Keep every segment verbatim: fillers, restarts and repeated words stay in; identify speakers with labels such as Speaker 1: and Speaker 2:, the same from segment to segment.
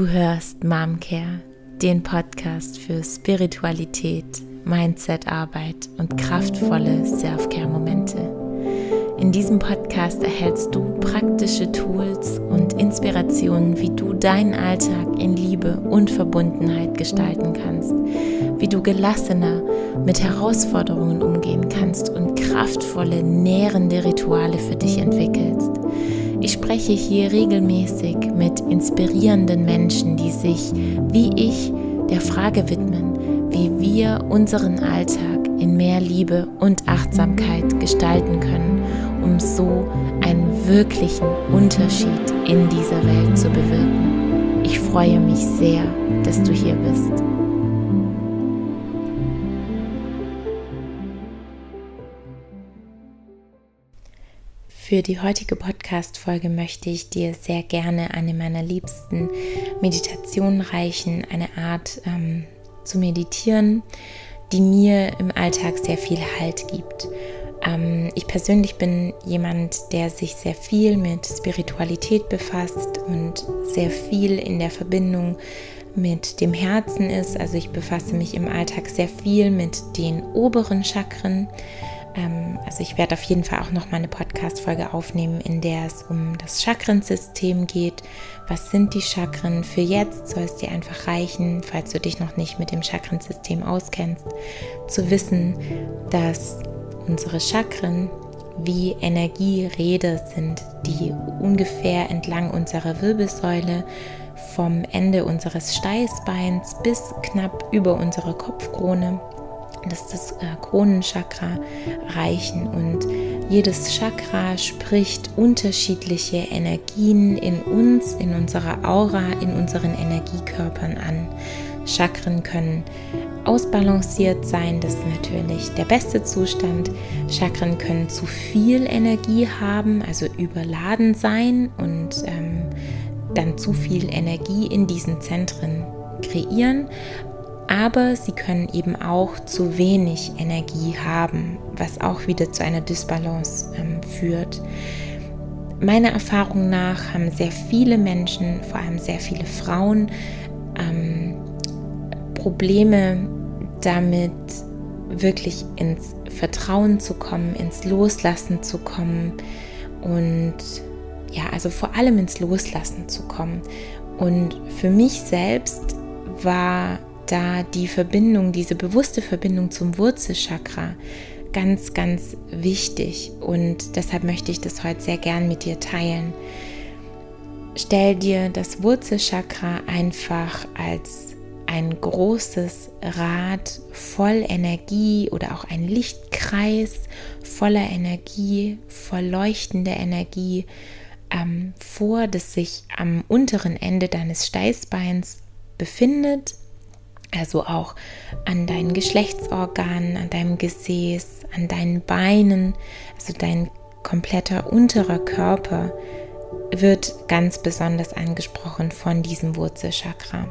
Speaker 1: Du hörst Momcare, den Podcast für Spiritualität, Mindset-Arbeit und kraftvolle Self-Care-Momente. In diesem Podcast erhältst du praktische Tools und Inspirationen, wie du deinen Alltag in Liebe und Verbundenheit gestalten kannst, wie du gelassener mit Herausforderungen umgehen kannst und kraftvolle, nährende Rituale für dich entwickelst. Ich spreche hier regelmäßig mit inspirierenden Menschen, die sich, wie ich, der Frage widmen, wie wir unseren Alltag in mehr Liebe und Achtsamkeit gestalten können, um so einen wirklichen Unterschied in dieser Welt zu bewirken. Ich freue mich sehr, dass du hier bist. Für die heutige Podcast-Folge möchte ich dir sehr gerne eine meiner liebsten Meditationen reichen, eine Art ähm, zu meditieren, die mir im Alltag sehr viel Halt gibt. Ähm, ich persönlich bin jemand, der sich sehr viel mit Spiritualität befasst und sehr viel in der Verbindung mit dem Herzen ist. Also ich befasse mich im Alltag sehr viel mit den oberen Chakren. Also ich werde auf jeden Fall auch noch mal eine Podcast-Folge aufnehmen, in der es um das Chakrensystem geht. Was sind die Chakren? Für jetzt soll es dir einfach reichen, falls du dich noch nicht mit dem Chakrensystem auskennst, zu wissen, dass unsere Chakren wie Energieräder sind, die ungefähr entlang unserer Wirbelsäule vom Ende unseres Steißbeins bis knapp über unsere Kopfkrone, das ist das äh, Kronenchakra, reichen, und jedes Chakra spricht unterschiedliche Energien in uns, in unserer Aura, in unseren Energiekörpern an. Chakren können ausbalanciert sein, das ist natürlich der beste Zustand. Chakren können zu viel Energie haben, also überladen sein und ähm, dann zu viel Energie in diesen Zentren kreieren. Aber sie können eben auch zu wenig Energie haben, was auch wieder zu einer Dysbalance ähm, führt. Meiner Erfahrung nach haben sehr viele Menschen, vor allem sehr viele Frauen, ähm, Probleme damit, wirklich ins Vertrauen zu kommen, ins Loslassen zu kommen und ja, also vor allem ins Loslassen zu kommen. Und für mich selbst war da die Verbindung, diese bewusste Verbindung zum Wurzelchakra ganz, ganz wichtig, und deshalb möchte ich das heute sehr gern mit dir teilen. Stell dir das Wurzelchakra einfach als ein großes Rad voll Energie oder auch ein Lichtkreis voller Energie, voll leuchtender Energie ähm, vor, das sich am unteren Ende deines Steißbeins befindet. Also auch an deinen Geschlechtsorganen, an deinem Gesäß, an deinen Beinen, also dein kompletter unterer Körper wird ganz besonders angesprochen von diesem Wurzelchakra.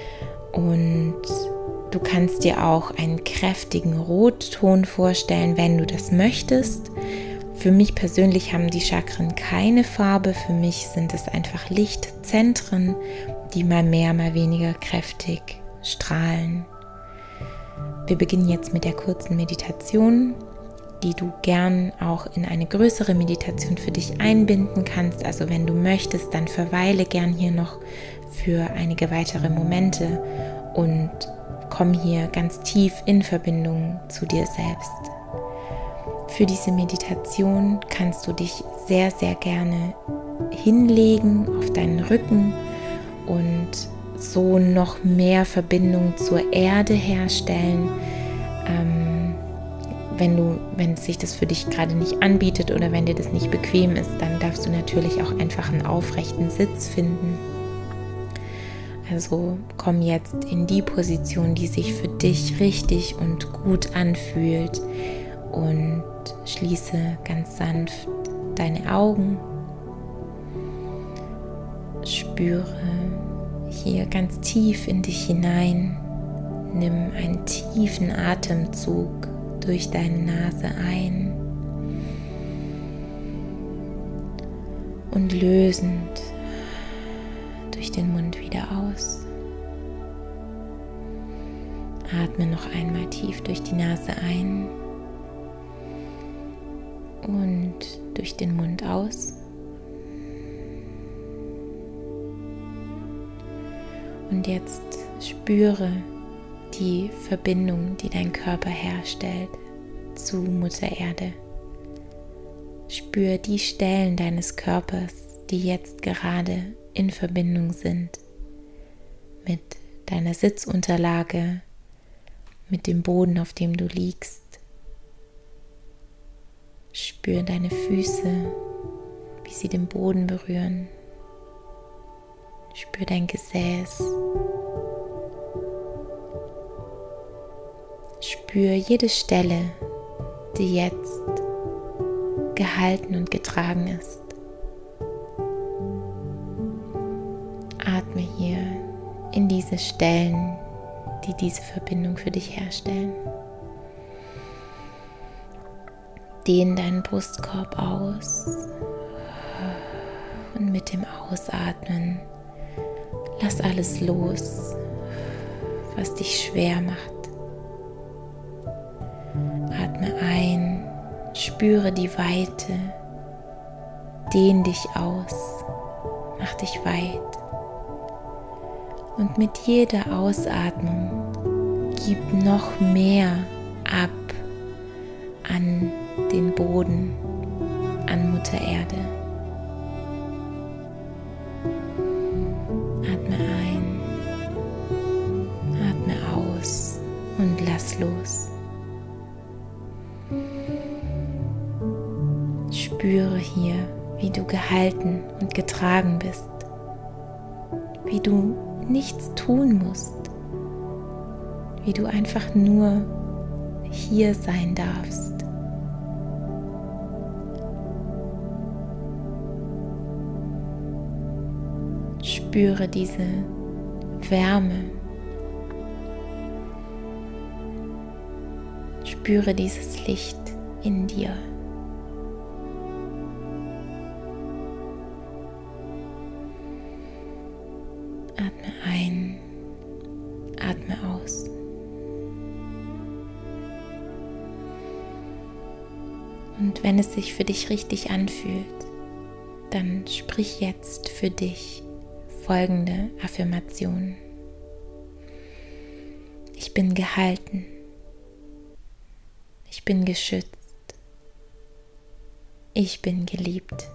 Speaker 1: Und du kannst dir auch einen kräftigen Rotton vorstellen, wenn du das möchtest. Für mich persönlich haben die Chakren keine Farbe, für mich sind es einfach Lichtzentren, die mal mehr, mal weniger kräftig strahlen. Wir beginnen jetzt mit der kurzen Meditation, die du gern auch in eine größere Meditation für dich einbinden kannst. Also wenn du möchtest, dann verweile gern hier noch für einige weitere Momente und komm hier ganz tief in Verbindung zu dir selbst. Für diese Meditation kannst du dich sehr, sehr gerne hinlegen auf deinen Rücken und so noch mehr Verbindung zur Erde herstellen. Ähm, wenn du, wenn sich das für dich gerade nicht anbietet oder wenn dir das nicht bequem ist, dann darfst du natürlich auch einfach einen aufrechten Sitz finden. Also komm jetzt in die Position, die sich für dich richtig und gut anfühlt, und schließe ganz sanft deine Augen. Spüre hier ganz tief in dich hinein. Nimm einen tiefen Atemzug durch deine Nase ein und lösend durch den Mund wieder aus. Atme noch einmal tief durch die Nase ein und durch den Mund aus. Und jetzt spüre die Verbindung, die dein Körper herstellt zu Mutter Erde. Spür die Stellen deines Körpers, die jetzt gerade in Verbindung sind mit deiner Sitzunterlage, mit dem Boden, auf dem du liegst. Spür deine Füße, wie sie den Boden berühren. Spür dein Gesäß. Spür jede Stelle, die jetzt gehalten und getragen ist. Atme hier in diese Stellen, die diese Verbindung für dich herstellen. Dehn deinen Brustkorb aus und mit dem Ausatmen lass alles los, was dich schwer macht. Atme ein, spüre die Weite, dehn dich aus, mach dich weit. Und mit jeder Ausatmung gib noch mehr ab an den Boden, an Mutter Erde. Atme ein, atme aus und lass los. Spüre hier, wie du gehalten und getragen bist, wie du nichts tun musst, wie du einfach nur hier sein darfst. Spüre diese Wärme, spüre dieses Licht in dir. Atme ein, atme aus. Und wenn es sich für dich richtig anfühlt, dann sprich jetzt für dich folgende Affirmation. Ich bin gehalten. Ich bin geschützt. Ich bin geliebt.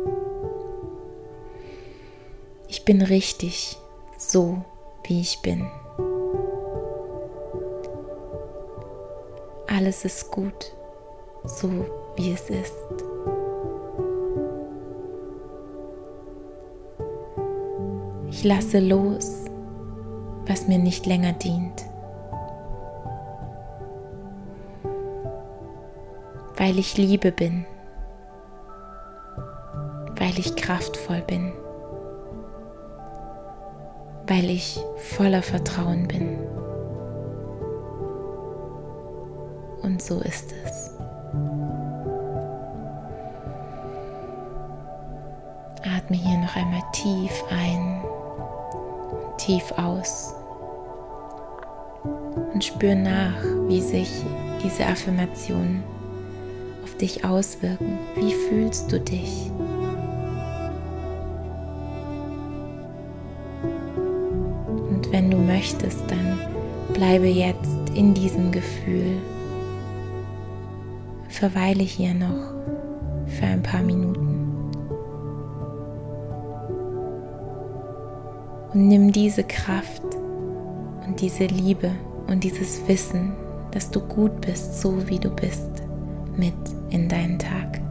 Speaker 1: Ich bin richtig, so wie ich bin. Alles ist gut, so wie es ist. Ich lasse los, was mir nicht länger dient, weil ich Liebe bin, weil ich kraftvoll bin, weil ich voller Vertrauen bin. Und so ist es. Atme hier noch einmal tief ein, tief aus und spür nach, wie sich diese Affirmationen auf dich auswirken. Wie fühlst du dich? Und wenn du möchtest, dann bleibe jetzt in diesem Gefühl. Verweile hier noch für ein paar Minuten. Und nimm diese Kraft und diese Liebe und dieses Wissen, dass du gut bist, so wie du bist, mit in deinen Tag.